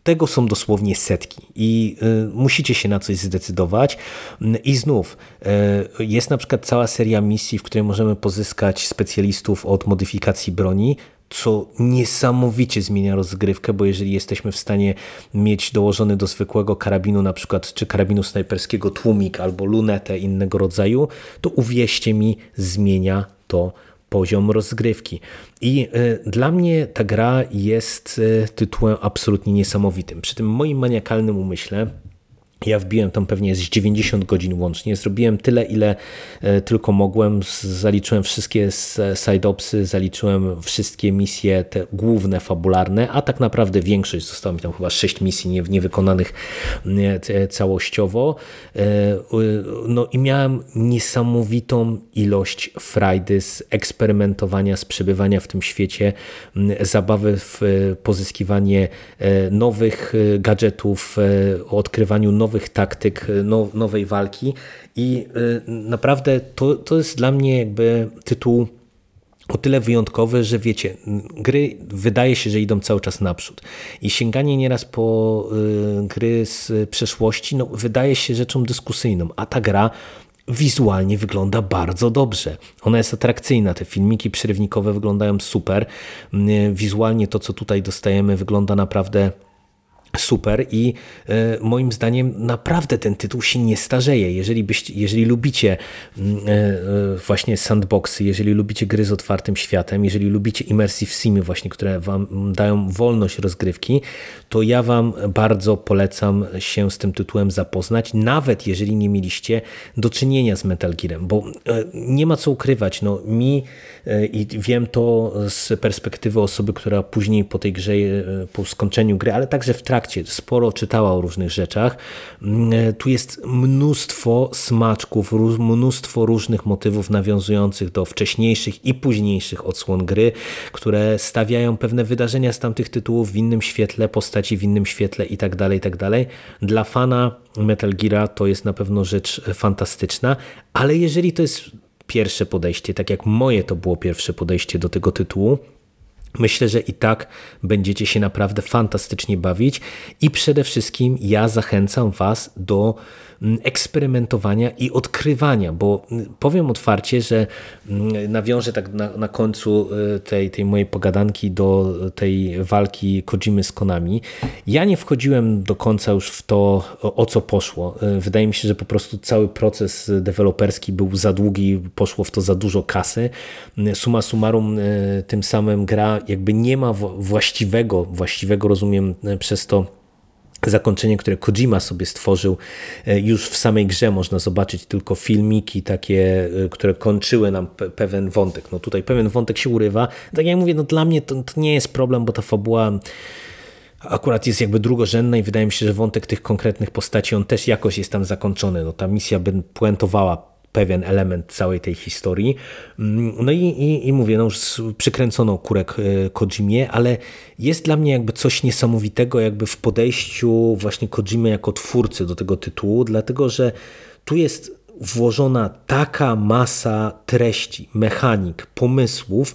Tego są dosłownie setki i y, musicie się na coś zdecydować. I znów y, jest na przykład cała seria misji, w której możemy pozyskać specjalistów od modyfikacji broni, co niesamowicie zmienia rozgrywkę, bo jeżeli jesteśmy w stanie mieć dołożony do zwykłego karabinu, na przykład czy karabinu snajperskiego tłumik albo lunetę innego rodzaju, to uwierzcie mi, zmienia to poziom rozgrywki. I y, dla mnie ta gra jest y, tytułem absolutnie niesamowitym. Przy tym moim maniakalnym umyśle ja wbiłem tam pewnie z dziewięćdziesiąt godzin łącznie. Zrobiłem tyle, ile tylko mogłem. Zaliczyłem wszystkie side-opsy, zaliczyłem wszystkie misje te główne, fabularne, a tak naprawdę większość, zostało mi tam chyba sześć misji nie, niewykonanych całościowo. No i miałem niesamowitą ilość frajdy z eksperymentowania, z przebywania w tym świecie, zabawy w pozyskiwanie nowych gadżetów, odkrywaniu nowych nowych taktyk, now, nowej walki i y, naprawdę to, to jest dla mnie jakby tytuł o tyle wyjątkowy, że wiecie, gry wydaje się, że idą cały czas naprzód i sięganie nieraz po y, gry z przeszłości no, wydaje się rzeczą dyskusyjną, a ta gra wizualnie wygląda bardzo dobrze. Ona jest atrakcyjna, te filmiki przerywnikowe wyglądają super, wizualnie to, co tutaj dostajemy, wygląda naprawdę super i e, moim zdaniem naprawdę ten tytuł się nie starzeje. Jeżeli, byście, jeżeli lubicie e, e, właśnie sandboxy, jeżeli lubicie gry z otwartym światem, jeżeli lubicie immersive simy właśnie, które wam dają wolność rozgrywki, to ja wam bardzo polecam się z tym tytułem zapoznać, nawet jeżeli nie mieliście do czynienia z Metal Gearem, bo e, nie ma co ukrywać, no mi e, i wiem to z perspektywy osoby, która później po tej grze, e, po skończeniu gry, ale także w trakcie sporo czytała o różnych rzeczach. Tu jest mnóstwo smaczków, mnóstwo różnych motywów nawiązujących do wcześniejszych i późniejszych odsłon gry, które stawiają pewne wydarzenia z tamtych tytułów w innym świetle, postaci w innym świetle i tak dalej, i tak dalej. Dla fana Metal Geara to jest na pewno rzecz fantastyczna, ale jeżeli to jest pierwsze podejście, tak jak moje to było pierwsze podejście do tego tytułu, myślę, że i tak będziecie się naprawdę fantastycznie bawić i przede wszystkim ja zachęcam was do eksperymentowania i odkrywania, bo powiem otwarcie, że nawiążę tak na, na końcu tej, tej mojej pogadanki do tej walki Kojimy z Konami. Ja nie wchodziłem do końca już w to, o co poszło. Wydaje mi się, że po prostu cały proces deweloperski był za długi, poszło w to za dużo kasy. Summa summarum tym samym gra jakby nie ma właściwego, właściwego rozumiem przez to zakończenie, które Kojima sobie stworzył. Już w samej grze można zobaczyć tylko filmiki takie, które kończyły nam pe pewien wątek. No tutaj pewien wątek się urywa. Tak jak mówię, no dla mnie to, to nie jest problem, bo ta fabuła akurat jest jakby drugorzędna i wydaje mi się, że wątek tych konkretnych postaci, on też jakoś jest tam zakończony. No ta misja by puentowała pewien element całej tej historii. No i, i, i mówię, no już przykręcono kurek Kojimie, ale jest dla mnie jakby coś niesamowitego jakby w podejściu właśnie Kojimy jako twórcy do tego tytułu, dlatego że tu jest włożona taka masa treści, mechanik, pomysłów,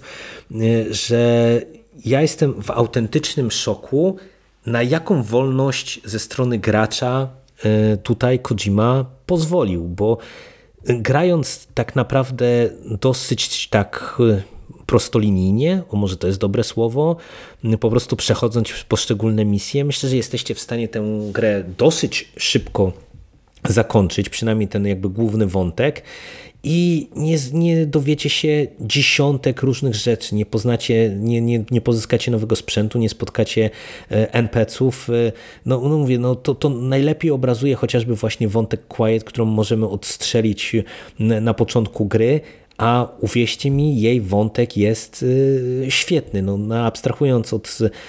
że ja jestem w autentycznym szoku, na jaką wolność ze strony gracza tutaj Kojima pozwolił, bo grając tak naprawdę dosyć tak prostolinijnie, o może to jest dobre słowo, po prostu przechodząc poszczególne misje, myślę, że jesteście w stanie tę grę dosyć szybko zakończyć, przynajmniej ten jakby główny wątek i nie, nie dowiecie się dziesiątek różnych rzeczy, nie poznacie, nie, nie, nie pozyskacie nowego sprzętu, nie spotkacie en pe ce ów. No, no mówię, no to, to najlepiej obrazuje chociażby właśnie wątek Quiet, którą możemy odstrzelić na początku gry, a uwierzcie mi, jej wątek jest y, świetny. No, no, abstrahując od y,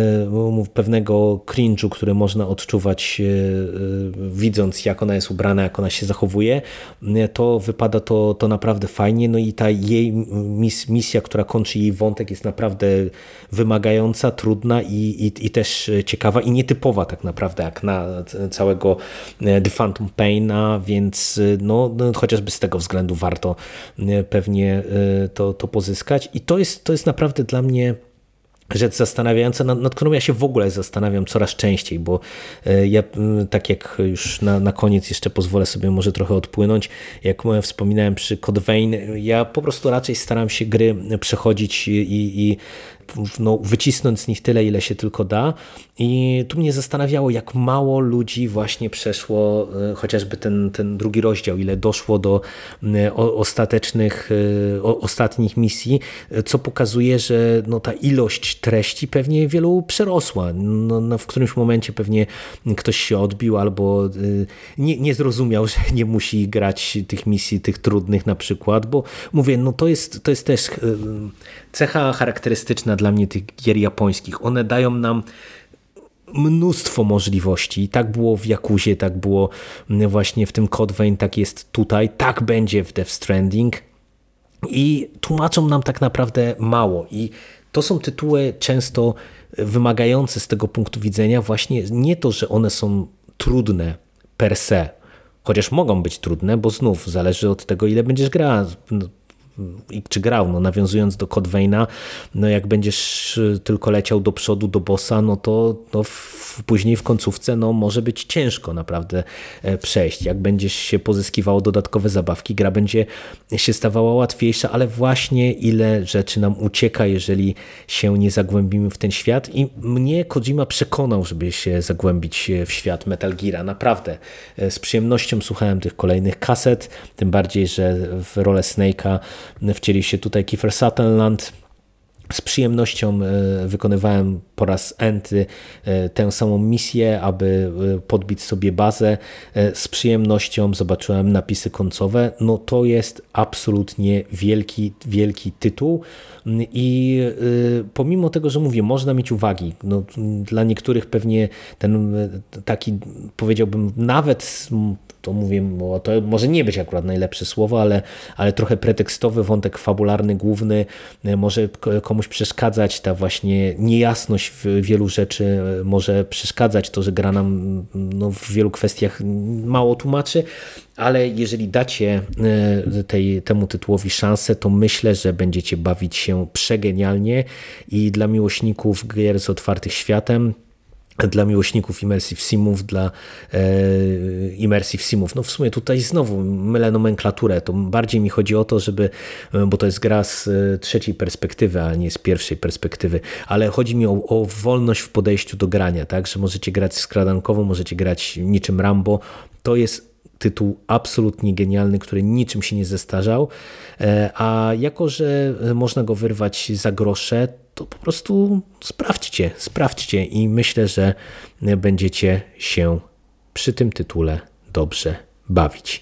pewnego cringe'u, który można odczuwać y, y, widząc, jak ona jest ubrana, jak ona się zachowuje, y, to wypada to, to naprawdę fajnie. No i ta jej mis, misja, która kończy jej wątek, jest naprawdę wymagająca, trudna i, i, i też ciekawa i nietypowa tak naprawdę, jak na całego The Phantom Paina, więc no, no, chociażby z tego względu warto pewnie to, to pozyskać i to jest, to jest naprawdę dla mnie rzecz zastanawiająca, nad, nad którą ja się w ogóle zastanawiam coraz częściej, bo ja tak jak już na, na koniec jeszcze pozwolę sobie może trochę odpłynąć, jak wspominałem przy Code Vein, ja po prostu raczej staram się gry przechodzić i, i no, wycisnąć z nich tyle, ile się tylko da. I tu mnie zastanawiało, jak mało ludzi właśnie przeszło chociażby ten, ten drugi rozdział, ile doszło do ostatecznych, ostatnich misji, co pokazuje, że no, ta ilość treści pewnie wielu przerosła. No, no, w którymś momencie pewnie ktoś się odbił albo nie, nie zrozumiał, że nie musi grać tych misji, tych trudnych na przykład, bo mówię, no to jest, to jest też cecha charakterystyczna dla mnie tych gier japońskich. One dają nam mnóstwo możliwości. Tak było w Yakuzie, tak było właśnie w tym Code Vein, tak jest tutaj, tak będzie w Death Stranding i tłumaczą nam tak naprawdę mało i to są tytuły często wymagające z tego punktu widzenia właśnie nie to, że one są trudne per se, chociaż mogą być trudne, bo znów zależy od tego, ile będziesz grał. I czy grał, no nawiązując do Code Veina, no jak będziesz tylko leciał do przodu, do bossa, no to no w, później w końcówce no może być ciężko naprawdę przejść. Jak będziesz się pozyskiwało dodatkowe zabawki, gra będzie się stawała łatwiejsza, ale właśnie ile rzeczy nam ucieka, jeżeli się nie zagłębimy w ten świat i mnie Kojima przekonał, żeby się zagłębić w świat Metal Geara. Naprawdę z przyjemnością słuchałem tych kolejnych kaset, tym bardziej, że w rolę Snake'a wcielił się tutaj Kiefer Sutherland. Z przyjemnością wykonywałem po raz enty tę samą misję, aby podbić sobie bazę. Z przyjemnością zobaczyłem napisy końcowe. No to jest absolutnie wielki, wielki tytuł i pomimo tego, że mówię, można mieć uwagi, no, dla niektórych pewnie ten taki, powiedziałbym, nawet to mówię, bo to może nie być akurat najlepsze słowo, ale, ale trochę pretekstowy wątek fabularny, główny może komuś przeszkadzać, ta właśnie niejasność w wielu rzeczy może przeszkadzać, to, że gra nam no, w wielu kwestiach mało tłumaczy, ale jeżeli dacie tej, temu tytułowi szansę, to myślę, że będziecie bawić się przegenialnie i dla miłośników gier z otwartych światem, dla miłośników Immersive Simów, dla e, Immersive Simów. No w sumie tutaj znowu mylę nomenklaturę. To bardziej mi chodzi o to, żeby, bo to jest gra z trzeciej perspektywy, a nie z pierwszej perspektywy, ale chodzi mi o, o wolność w podejściu do grania, tak, że możecie grać skradankowo, możecie grać niczym Rambo. To jest tytuł absolutnie genialny, który niczym się nie zestarzał, a jako, że można go wyrwać za grosze, to po prostu sprawdźcie, sprawdźcie i myślę, że będziecie się przy tym tytule dobrze bawić.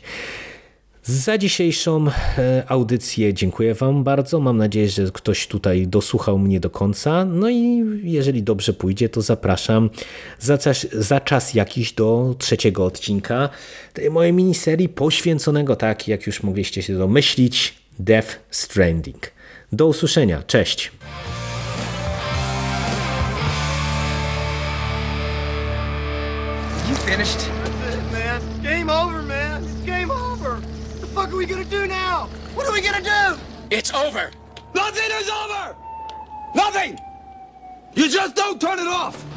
Za dzisiejszą audycję dziękuję Wam bardzo. Mam nadzieję, że ktoś tutaj dosłuchał mnie do końca. No i jeżeli dobrze pójdzie, to zapraszam za czas, za czas jakiś do trzeciego odcinka tej mojej miniserii poświęconego, tak jak już mogliście się domyślić, Death Stranding. Do usłyszenia. Cześć! You finished? That's it, man. Game over, man. It's game over. What the fuck are we gonna do now? What are we gonna do? It's over. Nothing is over! Nothing! You just don't turn it off!